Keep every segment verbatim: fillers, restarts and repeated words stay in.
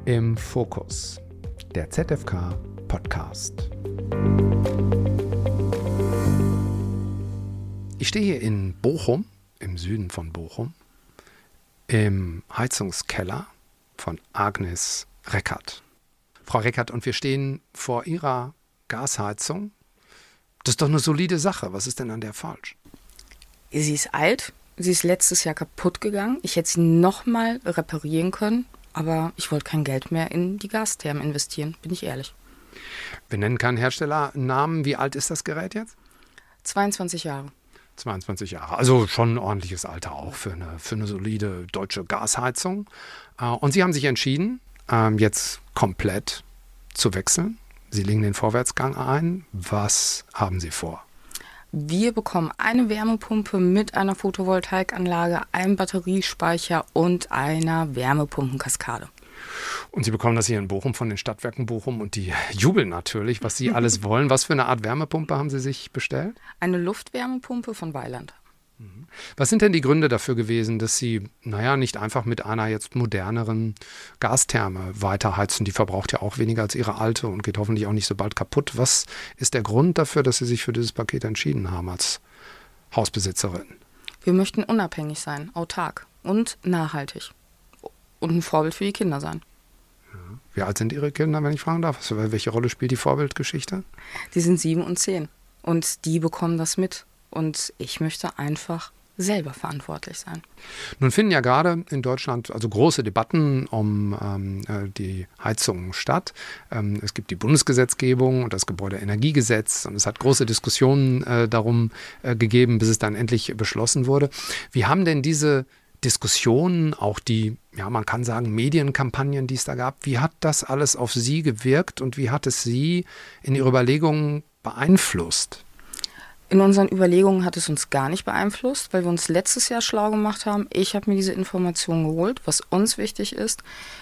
Im Fokus, der Z F K Podcast. Ich stehe hier in Bochum, im Süden von Bochum, im Heizungskeller von Agnes Reckert. Frau Reckert, und wir stehen vor Ihrer Gasheizung. Das ist doch eine solide Sache. Was ist denn an der falsch? Sie ist alt. Sie ist letztes Jahr kaputt gegangen. Ich hätte sie nochmal reparieren können, aber ich wollte kein Geld mehr in die Gasthermen investieren, bin ich ehrlich. Wir nennen keinen Herstellernamen. Wie alt ist das Gerät jetzt? zweiundzwanzig Jahre. zweiundzwanzig Jahre, also schon ein ordentliches Alter auch für eine, für eine solide deutsche Gasheizung. Und Sie haben sich entschieden, jetzt komplett zu wechseln. Sie legen den Vorwärtsgang ein. Was haben Sie vor? Wir bekommen eine Wärmepumpe mit einer Photovoltaikanlage, einem Batteriespeicher und einer Wärmepumpenkaskade. Und Sie bekommen das hier in Bochum von den Stadtwerken Bochum und die jubeln natürlich, was Sie alles wollen. Was für eine Art Wärmepumpe haben Sie sich bestellt? Eine Luftwärmepumpe von Weiland. Was sind denn die Gründe dafür gewesen, dass Sie, naja, nicht einfach mit einer jetzt moderneren Gastherme weiterheizen? Die verbraucht ja auch weniger als Ihre alte und geht hoffentlich auch nicht so bald kaputt. Was ist der Grund dafür, dass Sie sich für dieses Paket entschieden haben als Hausbesitzerin? Wir möchten unabhängig sein, autark und nachhaltig. Und ein Vorbild für die Kinder sein. Ja. Wie alt sind Ihre Kinder, wenn ich fragen darf? Welche Rolle spielt die Vorbildgeschichte? Die sind sieben und zehn. Und die bekommen das mit. Und ich möchte einfach selber verantwortlich sein. Nun finden ja gerade in Deutschland also große Debatten um ähm, die Heizung statt. Ähm, es gibt die Bundesgesetzgebung und das Gebäudeenergiegesetz und es hat große Diskussionen äh, darum äh, gegeben, bis es dann endlich beschlossen wurde. Wie haben denn diese Diskussionen, auch die, ja, man kann sagen, Medienkampagnen, die es da gab, wie hat das alles auf Sie gewirkt und wie hat es Sie in Ihre Überlegungen beeinflusst? In unseren Überlegungen hat es uns gar nicht beeinflusst, weil wir uns letztes Jahr schlau gemacht haben. Ich habe mir diese Informationen geholt, was uns wichtig ist.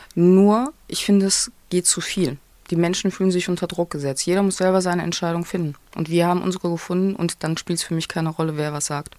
Nur, ich finde, es geht zu viel. Die Menschen fühlen sich unter Druck gesetzt. Jeder muss selber seine Entscheidung finden. Und wir haben unsere gefunden und dann spielt es für mich keine Rolle, wer was sagt.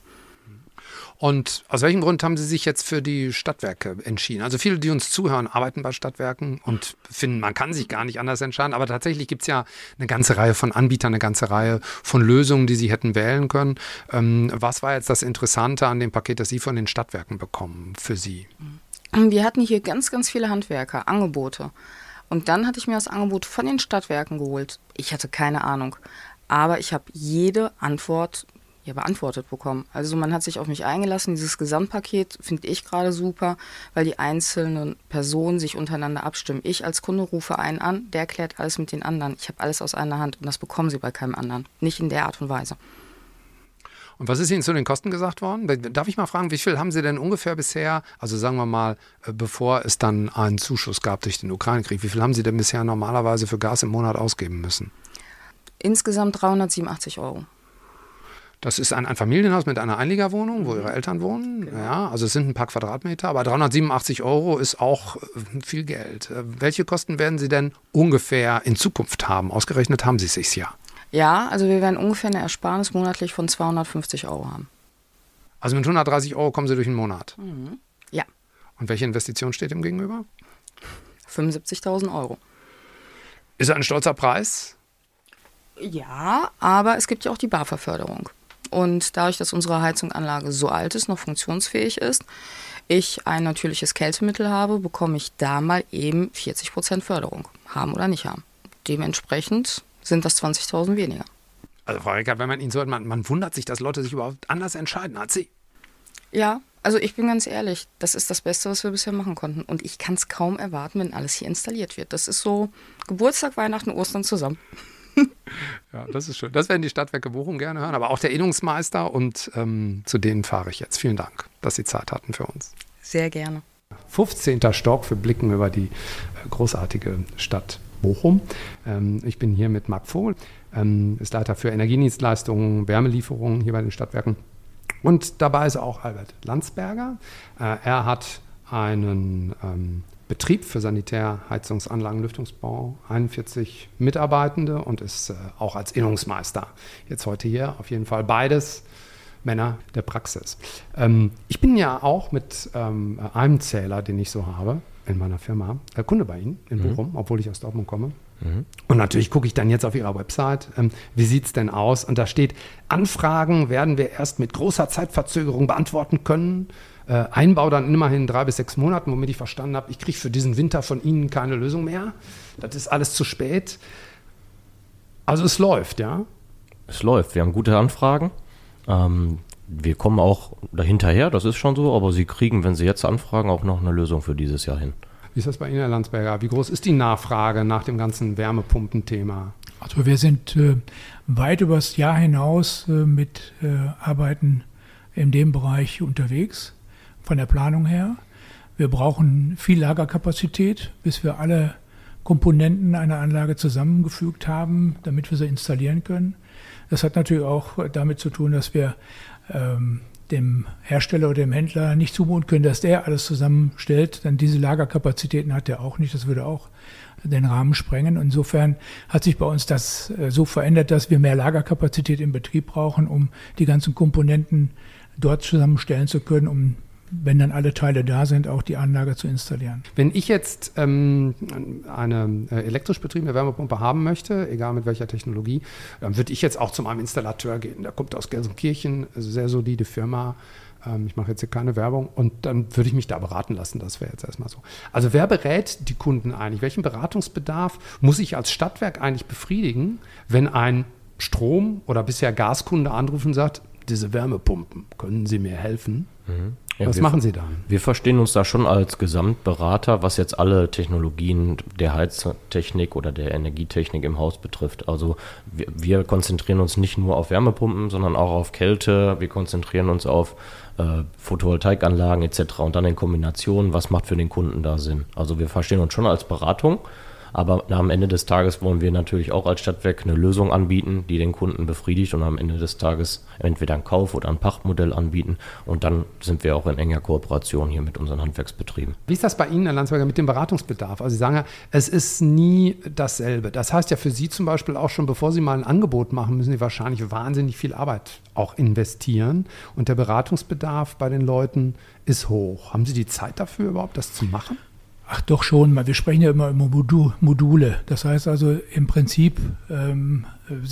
Und aus welchem Grund haben Sie sich jetzt für die Stadtwerke entschieden? Also viele, die uns zuhören, arbeiten bei Stadtwerken und finden, man kann sich gar nicht anders entscheiden. Aber tatsächlich gibt es ja eine ganze Reihe von Anbietern, eine ganze Reihe von Lösungen, die Sie hätten wählen können. Ähm, was war jetzt das Interessante an dem Paket, das Sie von den Stadtwerken bekommen für Sie? Wir hatten hier ganz, ganz viele Handwerker, Angebote. Und dann hatte ich mir das Angebot von den Stadtwerken geholt. Ich hatte keine Ahnung. Aber ich habe jede Antwort ja, beantwortet bekommen. Also man hat sich auf mich eingelassen. Dieses Gesamtpaket finde ich gerade super, weil die einzelnen Personen sich untereinander abstimmen. Ich als Kunde rufe einen an, der klärt alles mit den anderen. Ich habe alles aus einer Hand und das bekommen sie bei keinem anderen. Nicht in der Art und Weise. Und was ist Ihnen zu den Kosten gesagt worden? Darf ich mal fragen, wie viel haben Sie denn ungefähr bisher, also sagen wir mal, bevor es dann einen Zuschuss gab durch den Ukraine-Krieg, wie viel haben Sie denn bisher normalerweise für Gas im Monat ausgeben müssen? Insgesamt dreihundertsiebenundachtzig Euro. Das ist ein, ein Familienhaus mit einer Einliegerwohnung, wo Ihre Eltern wohnen. Genau. Ja, also es sind ein paar Quadratmeter, aber dreihundertsiebenundachtzig Euro ist auch viel Geld. Welche Kosten werden Sie denn ungefähr in Zukunft haben? Ausgerechnet haben Sie es sich ja. Ja, also wir werden ungefähr eine Ersparnis monatlich von zweihundertfünfzig Euro haben. Also mit hundertdreißig Euro kommen Sie durch den Monat? Mhm. Ja. Und welche Investition steht dem gegenüber? fünfundsiebzigtausend Euro. Ist das ein stolzer Preis? Ja, aber es gibt ja auch die BAFA-Förderung. Und dadurch, dass unsere Heizungsanlage so alt ist, noch funktionsfähig ist, ich ein natürliches Kältemittel habe, bekomme ich da mal eben vierzig Prozent Förderung. Haben oder nicht haben. Dementsprechend sind das zwanzigtausend weniger. Also Frau Reckert, wenn man Ihnen so hört, man, man wundert sich, dass Leute sich überhaupt anders entscheiden als Sie. Ja, also ich bin ganz ehrlich, das ist das Beste, was wir bisher machen konnten. Und ich kann es kaum erwarten, wenn alles hier installiert wird. Das ist so Geburtstag, Weihnachten, Ostern zusammen. Ja, das ist schön. Das werden die Stadtwerke Bochum gerne hören, aber auch der Innungsmeister und ähm, zu denen fahre ich jetzt. Vielen Dank, dass Sie Zeit hatten für uns. Sehr gerne. fünfzehnter Stock, wir blicken über die äh, großartige Stadt Bochum. Ähm, ich bin hier mit Marc Vogel, ähm, ist Leiter für Energiedienstleistungen, Wärmelieferungen hier bei den Stadtwerken. Und dabei ist auch Albert Landsberger. Äh, er hat einen ähm, Betrieb für Sanitär, Heizungsanlagen, Lüftungsbau, einundvierzig Mitarbeitende und ist äh, auch als Innungsmeister jetzt heute hier. Auf jeden Fall beides Männer der Praxis. Ähm, ich bin ja auch mit ähm, einem Zähler, den ich so habe, in meiner Firma, äh, Kunde bei Ihnen in Bochum, mhm. obwohl ich aus Dortmund komme. Mhm. Und natürlich gucke ich dann jetzt auf Ihrer Website, ähm, wie sieht es denn aus? Und da steht, Anfragen werden wir erst mit großer Zeitverzögerung beantworten können. Äh, Einbau dann immerhin drei bis sechs Monaten, womit ich verstanden habe, ich kriege für diesen Winter von Ihnen keine Lösung mehr. Das ist alles zu spät. Also es läuft, ja? Es läuft. Wir haben gute Anfragen. Ähm, wir kommen auch dahinterher, das ist schon so, aber Sie kriegen, wenn Sie jetzt anfragen, auch noch eine Lösung für dieses Jahr hin. Wie ist das bei Ihnen, Herr Landsberger? Wie groß ist die Nachfrage nach dem ganzen Wärmepumpenthema? Also wir sind äh, weit über das Jahr hinaus äh, mit äh, Arbeiten in dem Bereich unterwegs, von der Planung her. Wir brauchen viel Lagerkapazität, bis wir alle Komponenten einer Anlage zusammengefügt haben, damit wir sie installieren können. Das hat natürlich auch damit zu tun, dass wir ähm, dem Hersteller oder dem Händler nicht zumuten können, dass der alles zusammenstellt, denn diese Lagerkapazitäten hat er auch nicht, das würde auch den Rahmen sprengen. Insofern hat sich bei uns das äh, so verändert, dass wir mehr Lagerkapazität im Betrieb brauchen, um die ganzen Komponenten dort zusammenstellen zu können, um, wenn dann alle Teile da sind, auch die Anlage zu installieren. Wenn ich jetzt ähm, eine äh, elektrisch betriebene Wärmepumpe haben möchte, egal mit welcher Technologie, dann würde ich jetzt auch zu einem Installateur gehen. Der kommt aus Gelsenkirchen, also sehr solide Firma. Ähm, ich mache jetzt hier keine Werbung und dann würde ich mich da beraten lassen. Das wäre jetzt erstmal so. Also wer berät die Kunden eigentlich? Welchen Beratungsbedarf muss ich als Stadtwerk eigentlich befriedigen, wenn ein Strom- oder bisher Gaskunde anruft und sagt, diese Wärmepumpen, können Sie mir helfen? Mhm. Ja, Was wir, machen Sie da? Wir verstehen uns da schon als Gesamtberater, was jetzt alle Technologien der Heiztechnik oder der Energietechnik im Haus betrifft. Also wir, wir konzentrieren uns nicht nur auf Wärmepumpen, sondern auch auf Kälte. Wir konzentrieren uns auf äh, Photovoltaikanlagen et cetera. Und dann in Kombination, was macht für den Kunden da Sinn. Also wir verstehen uns schon als Beratung. Aber am Ende des Tages wollen wir natürlich auch als Stadtwerk eine Lösung anbieten, die den Kunden befriedigt und am Ende des Tages entweder ein Kauf- oder ein Pachtmodell anbieten. Und dann sind wir auch in enger Kooperation hier mit unseren Handwerksbetrieben. Wie ist das bei Ihnen, Herr Landsberger, mit dem Beratungsbedarf? Also Sie sagen ja, es ist nie dasselbe. Das heißt ja für Sie zum Beispiel auch schon, bevor Sie mal ein Angebot machen, müssen Sie wahrscheinlich wahnsinnig viel Arbeit auch investieren. Und der Beratungsbedarf bei den Leuten ist hoch. Haben Sie die Zeit dafür überhaupt, das zu machen? Ach doch schon, wir sprechen ja immer über Module. Das heißt also im Prinzip ähm,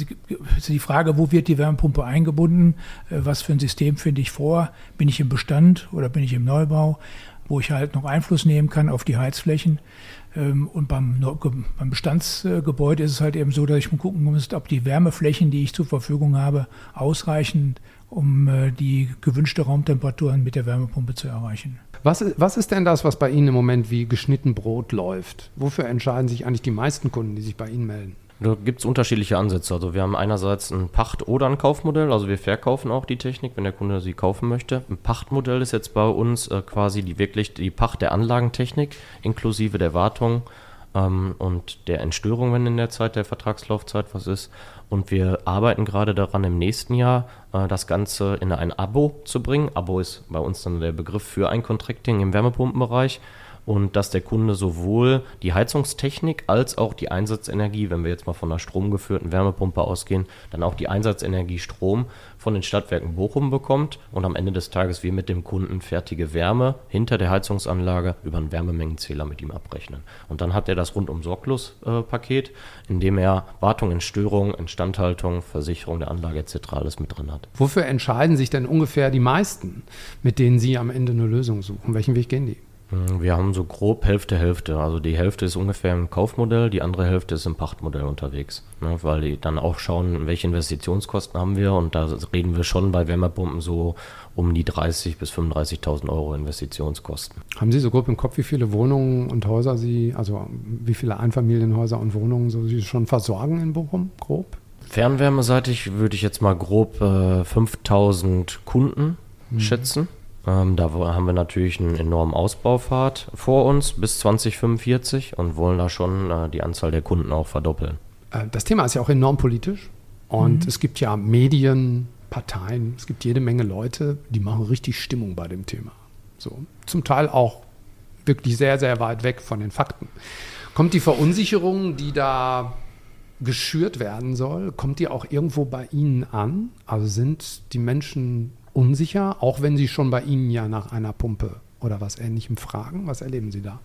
die Frage, wo wird die Wärmepumpe eingebunden, was für ein System finde ich vor, bin ich im Bestand oder bin ich im Neubau, wo ich halt noch Einfluss nehmen kann auf die Heizflächen. Und beim, beim Bestandsgebäude ist es halt eben so, dass ich mal gucken muss, ob die Wärmeflächen, die ich zur Verfügung habe, ausreichen, um die gewünschte Raumtemperatur mit der Wärmepumpe zu erreichen. Was ist, was ist denn das, was bei Ihnen im Moment wie geschnitten Brot läuft? Wofür entscheiden sich eigentlich die meisten Kunden, die sich bei Ihnen melden? Da gibt es unterschiedliche Ansätze. Also wir haben einerseits ein Pacht- oder ein Kaufmodell. Also wir verkaufen auch die Technik, wenn der Kunde sie kaufen möchte. Ein Pachtmodell ist jetzt bei uns äh, quasi die wirklich die Pacht der Anlagentechnik inklusive der Wartung ähm, und der Entstörung, wenn in der Zeit der Vertragslaufzeit was ist. Und wir arbeiten gerade daran, im nächsten Jahr äh, das Ganze in ein Abo zu bringen. Abo ist bei uns dann der Begriff für ein Contracting im Wärmepumpenbereich. Und dass der Kunde sowohl die Heizungstechnik als auch die Einsatzenergie, wenn wir jetzt mal von einer stromgeführten Wärmepumpe ausgehen, dann auch die Einsatzenergie Strom von den Stadtwerken Bochum bekommt und am Ende des Tages wir mit dem Kunden fertige Wärme hinter der Heizungsanlage über einen Wärmemengenzähler mit ihm abrechnen. Und dann hat er das Rundum-Sorglos-Paket, in dem er Wartung, Entstörung, Instandhaltung, Versicherung der Anlage et cetera alles mit drin hat. Wofür entscheiden sich denn ungefähr die meisten, mit denen Sie am Ende eine Lösung suchen? Welchen Weg gehen die? Wir haben so grob Hälfte, Hälfte. Also die Hälfte ist ungefähr im Kaufmodell, die andere Hälfte ist im Pachtmodell unterwegs. Ne, weil die dann auch schauen, welche Investitionskosten haben wir. Und da reden wir schon bei Wärmepumpen so um die dreißigtausend bis fünfunddreißigtausend Euro Investitionskosten. Haben Sie so grob im Kopf, wie viele Wohnungen und Häuser Sie, also wie viele Einfamilienhäuser und Wohnungen so Sie schon versorgen in Bochum, grob? Fernwärmeseitig würde ich jetzt mal grob äh, fünftausend Kunden mhm. schätzen. Ähm, da haben wir natürlich einen enormen Ausbaufahrt vor uns bis zwanzig fünfundvierzig und wollen da schon äh, die Anzahl der Kunden auch verdoppeln. Das Thema ist ja auch enorm politisch und mhm. es gibt ja Medien, Parteien, es gibt jede Menge Leute, die machen richtig Stimmung bei dem Thema. So, zum Teil auch wirklich sehr, sehr weit weg von den Fakten. Kommt die Verunsicherung, die da geschürt werden soll, kommt die auch irgendwo bei Ihnen an? Also sind die Menschen unsicher, auch wenn Sie schon bei Ihnen ja nach einer Pumpe oder was Ähnlichem fragen? Was erleben Sie da?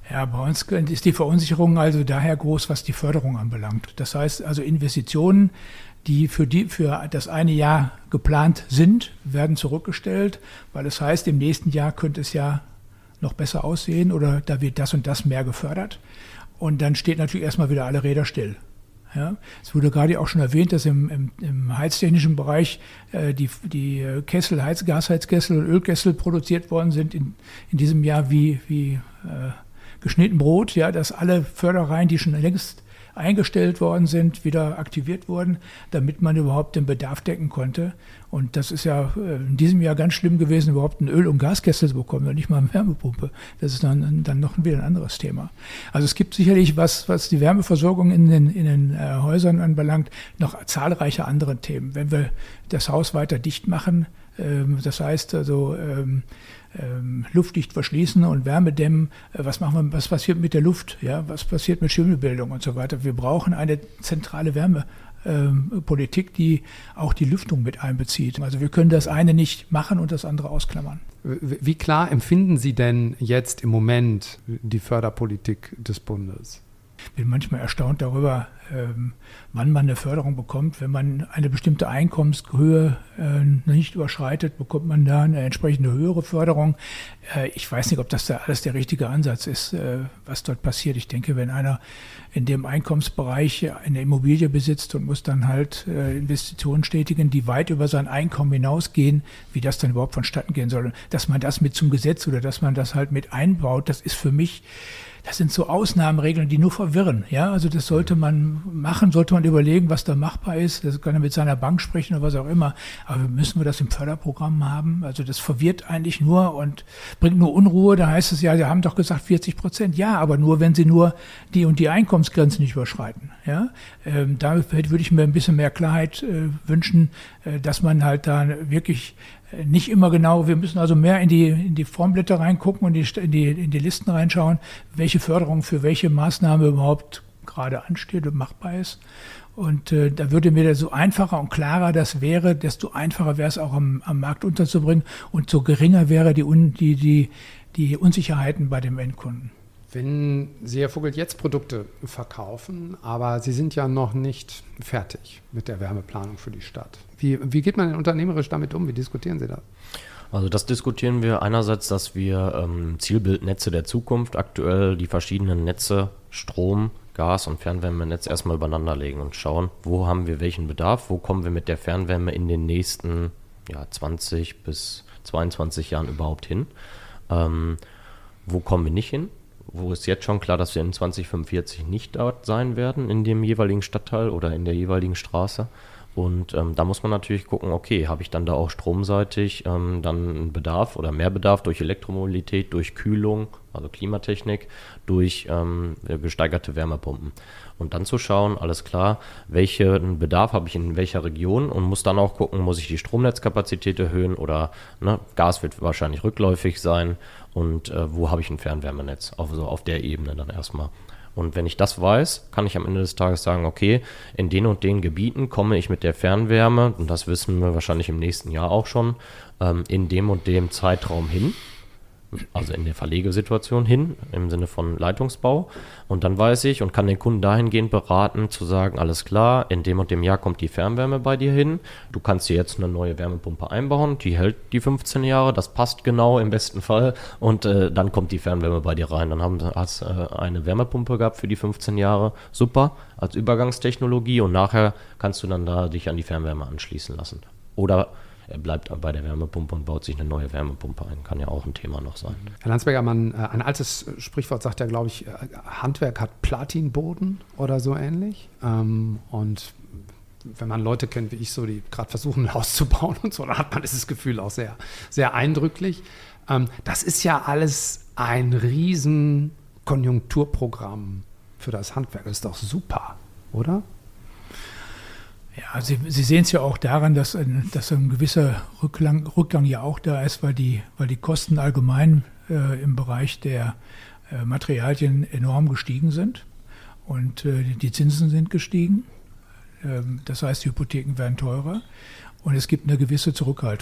Ja, bei uns ist die Verunsicherung also daher groß, was die Förderung anbelangt. Das heißt also Investitionen, die für, die für das eine Jahr geplant sind, werden zurückgestellt, weil es heißt, im nächsten Jahr könnte es ja noch besser aussehen oder da wird das und das mehr gefördert. Und dann steht natürlich erstmal wieder alle Räder still. Ja, es wurde gerade auch schon erwähnt, dass im, im, im heiztechnischen Bereich äh, die, die Kessel, Heiz, Gasheizkessel und Ölkessel produziert worden sind in, in diesem Jahr wie, wie äh, geschnitten Brot, ja, dass alle Fördereien, die schon längst eingestellt worden sind, wieder aktiviert wurden, damit man überhaupt den Bedarf decken konnte. Und das ist ja in diesem Jahr ganz schlimm gewesen, überhaupt einen Öl- und Gaskessel zu bekommen, und nicht mal eine Wärmepumpe. Das ist dann, dann noch wieder ein anderes Thema. Also es gibt sicherlich, was, was die Wärmeversorgung in den, in den äh, Häusern anbelangt, noch zahlreiche andere Themen. Wenn wir das Haus weiter dicht machen, ähm, das heißt also ähm, ähm, luftdicht verschließen und Wärme dämmen, äh, was machen wir, was passiert mit der Luft, ja, was passiert mit Schimmelbildung und so weiter. Wir brauchen eine zentrale Wärme. Ähm, Politik, die auch die Lüftung mit einbezieht. Also wir können das eine nicht machen und das andere ausklammern. Wie klar empfinden Sie denn jetzt im Moment die Förderpolitik des Bundes? Ich bin manchmal erstaunt darüber, ähm, wann man eine Förderung bekommt. Wenn man eine bestimmte Einkommenshöhe äh, nicht überschreitet, bekommt man da eine entsprechende höhere Förderung. Äh, ich weiß nicht, ob das da alles der richtige Ansatz ist, äh, was dort passiert. Ich denke, wenn einer in dem Einkommensbereich eine Immobilie besitzt und muss dann halt äh, Investitionen tätigen, die weit über sein Einkommen hinausgehen, wie das dann überhaupt vonstatten gehen soll. Dass man das mit zum Gesetz oder dass man das halt mit einbaut, das ist für mich, das sind so Ausnahmeregeln, die nur verwirren. Ja, also das sollte man machen, sollte man überlegen, was da machbar ist. Das kann er mit seiner Bank sprechen oder was auch immer. Aber müssen wir das im Förderprogramm haben? Also das verwirrt eigentlich nur und bringt nur Unruhe. Da heißt es ja, Sie haben doch gesagt vierzig Prozent. Ja, aber nur, wenn Sie nur die und die Einkommensgrenzen nicht überschreiten. Ja, ähm, da würde ich mir ein bisschen mehr Klarheit äh, wünschen, äh, dass man halt da wirklich nicht immer genau, wir müssen also mehr in die, in die Formblätter reingucken und die, in, die, in die Listen reinschauen, welche Förderung für welche Maßnahme überhaupt gerade ansteht und machbar ist. Und äh, da würde mir das so einfacher und klarer das wäre, desto einfacher wäre es auch am, am Markt unterzubringen und so geringer wäre die, die, die, die Unsicherheiten bei dem Endkunden. Wenn Sie, Herr Vogel, jetzt Produkte verkaufen, aber Sie sind ja noch nicht fertig mit der Wärmeplanung für die Stadt. Wie, wie geht man denn unternehmerisch damit um? Wie diskutieren Sie das? Also das diskutieren wir einerseits, dass wir ähm, Zielbildnetze der Zukunft, aktuell die verschiedenen Netze, Strom, Gas und Fernwärmenetz erstmal übereinander legen und schauen, wo haben wir welchen Bedarf, wo kommen wir mit der Fernwärme in den nächsten ja, zwanzig bis zweiundzwanzig Jahren überhaupt hin. Ähm, wo kommen wir nicht hin? Wo ist jetzt schon klar, dass wir in zwanzig fünfundvierzig nicht dort sein werden, in dem jeweiligen Stadtteil oder in der jeweiligen Straße. Und ähm, da muss man natürlich gucken, okay, habe ich dann da auch stromseitig ähm, dann einen Bedarf oder mehr Bedarf durch Elektromobilität, durch Kühlung, also Klimatechnik, durch ähm, gesteigerte Wärmepumpen. Und dann zu schauen, alles klar, welchen Bedarf habe ich in welcher Region und muss dann auch gucken, muss ich die Stromnetzkapazität erhöhen oder ne, Gas wird wahrscheinlich rückläufig sein und äh, wo habe ich ein Fernwärmenetz, also auf der Ebene dann erstmal. Und wenn ich das weiß, kann ich am Ende des Tages sagen, okay, in den und den Gebieten komme ich mit der Fernwärme, und das wissen wir wahrscheinlich im nächsten Jahr auch schon, ähm, in dem und dem Zeitraum hin, also in der Verlegesituation hin, im Sinne von Leitungsbau. Und dann weiß ich und kann den Kunden dahingehend beraten, zu sagen, alles klar, in dem und dem Jahr kommt die Fernwärme bei dir hin. Du kannst dir jetzt eine neue Wärmepumpe einbauen, die hält die fünfzehn Jahre, das passt genau im besten Fall. Und äh, dann kommt die Fernwärme bei dir rein. Dann haben, hast du äh, eine Wärmepumpe gehabt für die fünfzehn Jahre. Super, als Übergangstechnologie. Und nachher kannst du dann da dich an die Fernwärme anschließen lassen. Oder er bleibt bei der Wärmepumpe und baut sich eine neue Wärmepumpe ein. Kann ja auch ein Thema noch sein. Herr Landsberger, man, ein altes Sprichwort sagt ja, glaube ich, Handwerk hat Platinboden oder so ähnlich. Und wenn man Leute kennt wie ich, so die gerade versuchen, ein Haus zu bauen und so, dann hat man dieses Gefühl auch sehr, sehr eindrücklich. Das ist ja alles ein riesen Konjunkturprogramm für das Handwerk. Das ist doch super, oder? Ja, Sie, Sie sehen es ja auch daran, dass ein, dass ein gewisser Rückgang, Rückgang ja auch da ist, weil die, weil die Kosten allgemein äh, im Bereich der äh, Materialien enorm gestiegen sind und äh, die Zinsen sind gestiegen. Ähm, das heißt, die Hypotheken werden teurer und es gibt eine gewisse Zurückhaltung.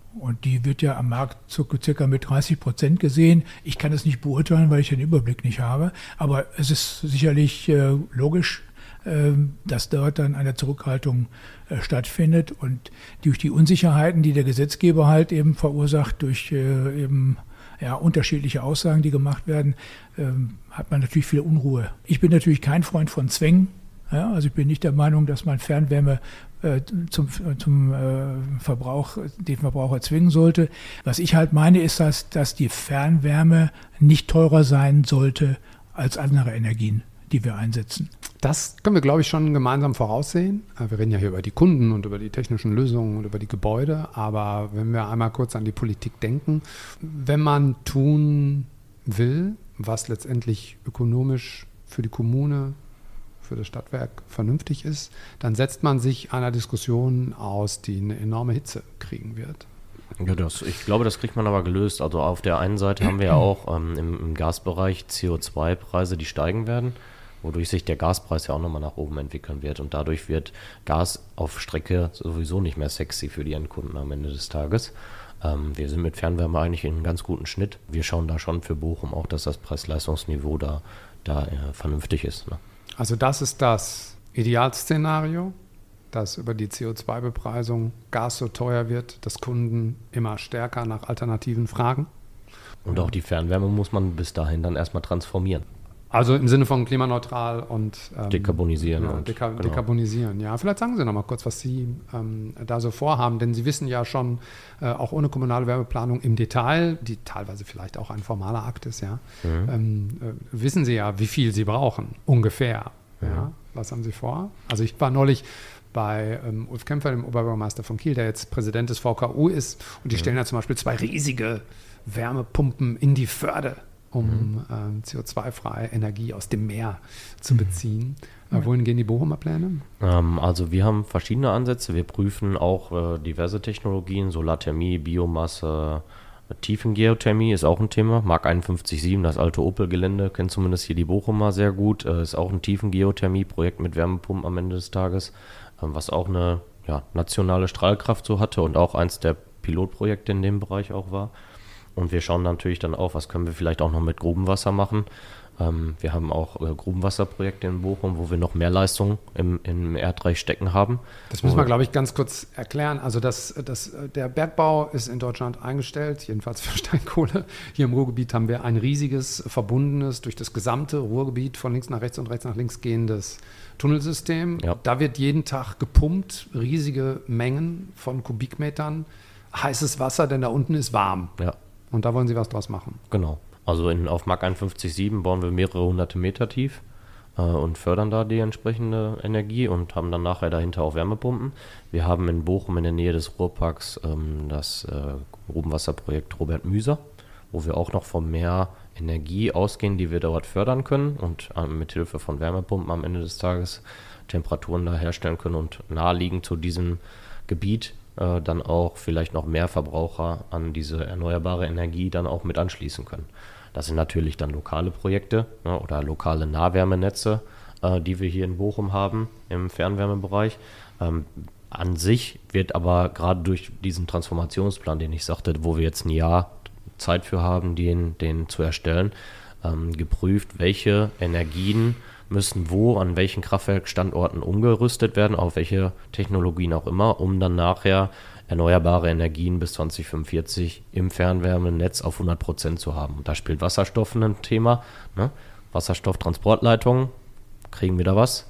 Und die wird ja am Markt zu circa mit dreißig Prozent gesehen. Ich kann es nicht beurteilen, weil ich den Überblick nicht habe. Aber es ist sicherlich äh, logisch, äh, dass dort dann eine Zurückhaltung äh, stattfindet. Und durch die Unsicherheiten, die der Gesetzgeber halt eben verursacht, durch äh, eben ja, unterschiedliche Aussagen, die gemacht werden, äh, hat man natürlich viel Unruhe. Ich bin natürlich kein Freund von Zwängen. Ja, also ich bin nicht der Meinung, dass man Fernwärme äh, zum, zum äh, Verbrauch, den Verbraucher zwingen sollte. Was ich halt meine, ist, dass, dass die Fernwärme nicht teurer sein sollte als andere Energien, die wir einsetzen. Das können wir, glaube ich, schon gemeinsam voraussehen. Wir reden ja hier über die Kunden und über die technischen Lösungen und über die Gebäude. Aber wenn wir einmal kurz an die Politik denken, wenn man tun will, was letztendlich ökonomisch für die Kommune, für das Stadtwerk vernünftig ist, dann setzt man sich einer Diskussion aus, die eine enorme Hitze kriegen wird. Ja, das, ich glaube, das kriegt man aber gelöst. Also auf der einen Seite haben wir ja auch ähm, im, im Gasbereich C O zwei Preise, die steigen werden, wodurch sich der Gaspreis ja auch nochmal nach oben entwickeln wird. Und dadurch wird Gas auf Strecke sowieso nicht mehr sexy für die Endkunden am Ende des Tages. Ähm, wir sind mit Fernwärme eigentlich in einem ganz guten Schnitt. Wir schauen da schon für Bochum auch, dass das Preis-Leistungsniveau da, da äh, vernünftig ist, ne? Also das ist das Idealszenario, dass über die C O zwei Bepreisung Gas so teuer wird, dass Kunden immer stärker nach Alternativen fragen. Und auch die Fernwärme muss man bis dahin dann erstmal transformieren. Also im Sinne von klimaneutral und ähm, dekarbonisieren. Ja, und, deka- genau. dekarbonisieren. Ja, vielleicht sagen Sie noch mal kurz, was Sie ähm, da so vorhaben, denn Sie wissen ja schon, äh, auch ohne kommunale Wärmeplanung im Detail, die teilweise vielleicht auch ein formaler Akt ist, ja, Mhm. ähm, äh, wissen Sie ja, wie viel Sie brauchen, ungefähr. Mhm. Ja. Was haben Sie vor? Also ich war neulich bei ähm, Ulf Kämpfer, dem Oberbürgermeister von Kiel, der jetzt Präsident des V K U ist, und die Mhm. stellen ja zum Beispiel zwei riesige Wärmepumpen in die Förde, um mhm. ähm, C O zwei freie Energie aus dem Meer zu beziehen. Mhm. Äh, wohin gehen die Bochumer Pläne? Ähm, also wir haben verschiedene Ansätze. Wir prüfen auch äh, diverse Technologien, Solarthermie, Biomasse, Tiefengeothermie ist auch ein Thema. Mark einundfünfzig Komma sieben, das alte Opel-Gelände, kennt zumindest hier die Bochumer sehr gut. Äh, ist auch ein Tiefengeothermie-Projekt mit Wärmepumpen am Ende des Tages, äh, was auch eine ja, nationale Strahlkraft so hatte und auch eins der Pilotprojekte in dem Bereich auch war. Und wir schauen natürlich dann auch, was können wir vielleicht auch noch mit Grubenwasser machen. Ähm, wir haben auch äh, Grubenwasserprojekte in Bochum, wo wir noch mehr Leistung im, im Erdreich stecken haben. Das müssen wir, glaube ich, ganz kurz erklären. Also das, das, der Bergbau ist in Deutschland eingestellt, jedenfalls für Steinkohle. Hier im Ruhrgebiet haben wir ein riesiges, verbundenes, durch das gesamte Ruhrgebiet von links nach rechts und rechts nach links gehendes Tunnelsystem. Ja. Da wird jeden Tag gepumpt, riesige Mengen von Kubikmetern, heißes Wasser, denn da unten ist warm. Ja. Und da wollen Sie was draus machen. Genau. Also in, auf Mark einundfünfzig Komma sieben bauen wir mehrere hunderte Meter tief äh, und fördern da die entsprechende Energie und haben dann nachher dahinter auch Wärmepumpen. Wir haben in Bochum in der Nähe des Ruhrparks ähm, das äh, Grubenwasserprojekt Robert Müser, wo wir auch noch von mehr Energie ausgehen, die wir dort fördern können und äh, mit Hilfe von Wärmepumpen am Ende des Tages Temperaturen da herstellen können und naheliegend zu diesem Gebiet äh, dann auch vielleicht noch mehr Verbraucher an diese erneuerbare Energie dann auch mit anschließen können. Das sind natürlich dann lokale Projekte, ne, oder lokale Nahwärmenetze, äh, die wir hier in Bochum haben im Fernwärmebereich. Ähm, an sich wird aber gerade durch diesen Transformationsplan, den ich sagte, wo wir jetzt ein Jahr Zeit für haben, den, den zu erstellen, ähm, geprüft, welche Energien müssen wo, an welchen Kraftwerkstandorten umgerüstet werden, auf welche Technologien auch immer, um dann nachher erneuerbare Energien bis zwanzig fünfundvierzig im Fernwärmenetz auf hundert Prozent zu haben. Und da spielt Wasserstoff ein Thema. Ne? Wasserstofftransportleitungen, kriegen wir da was.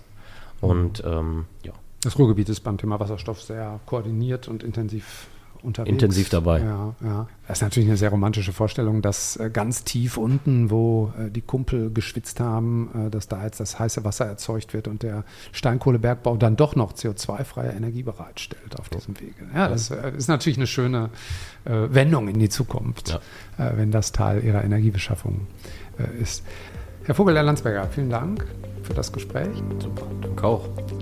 Und ähm, ja. Das Ruhrgebiet ist beim Thema Wasserstoff sehr koordiniert und intensiv unterwegs. Intensiv dabei. Ja, ja. Das ist natürlich eine sehr romantische Vorstellung, dass äh, ganz tief unten, wo äh, die Kumpel geschwitzt haben, äh, dass da jetzt das heiße Wasser erzeugt wird und der Steinkohlebergbau dann doch noch C O zwei freie Energie bereitstellt auf diesem Wege. Ja, das äh, ist natürlich eine schöne äh, Wendung in die Zukunft, ja. äh, wenn das Teil Ihrer Energiebeschaffung äh, ist. Herr Vogel, Herr Landsberger, vielen Dank für das Gespräch. Super, danke auch.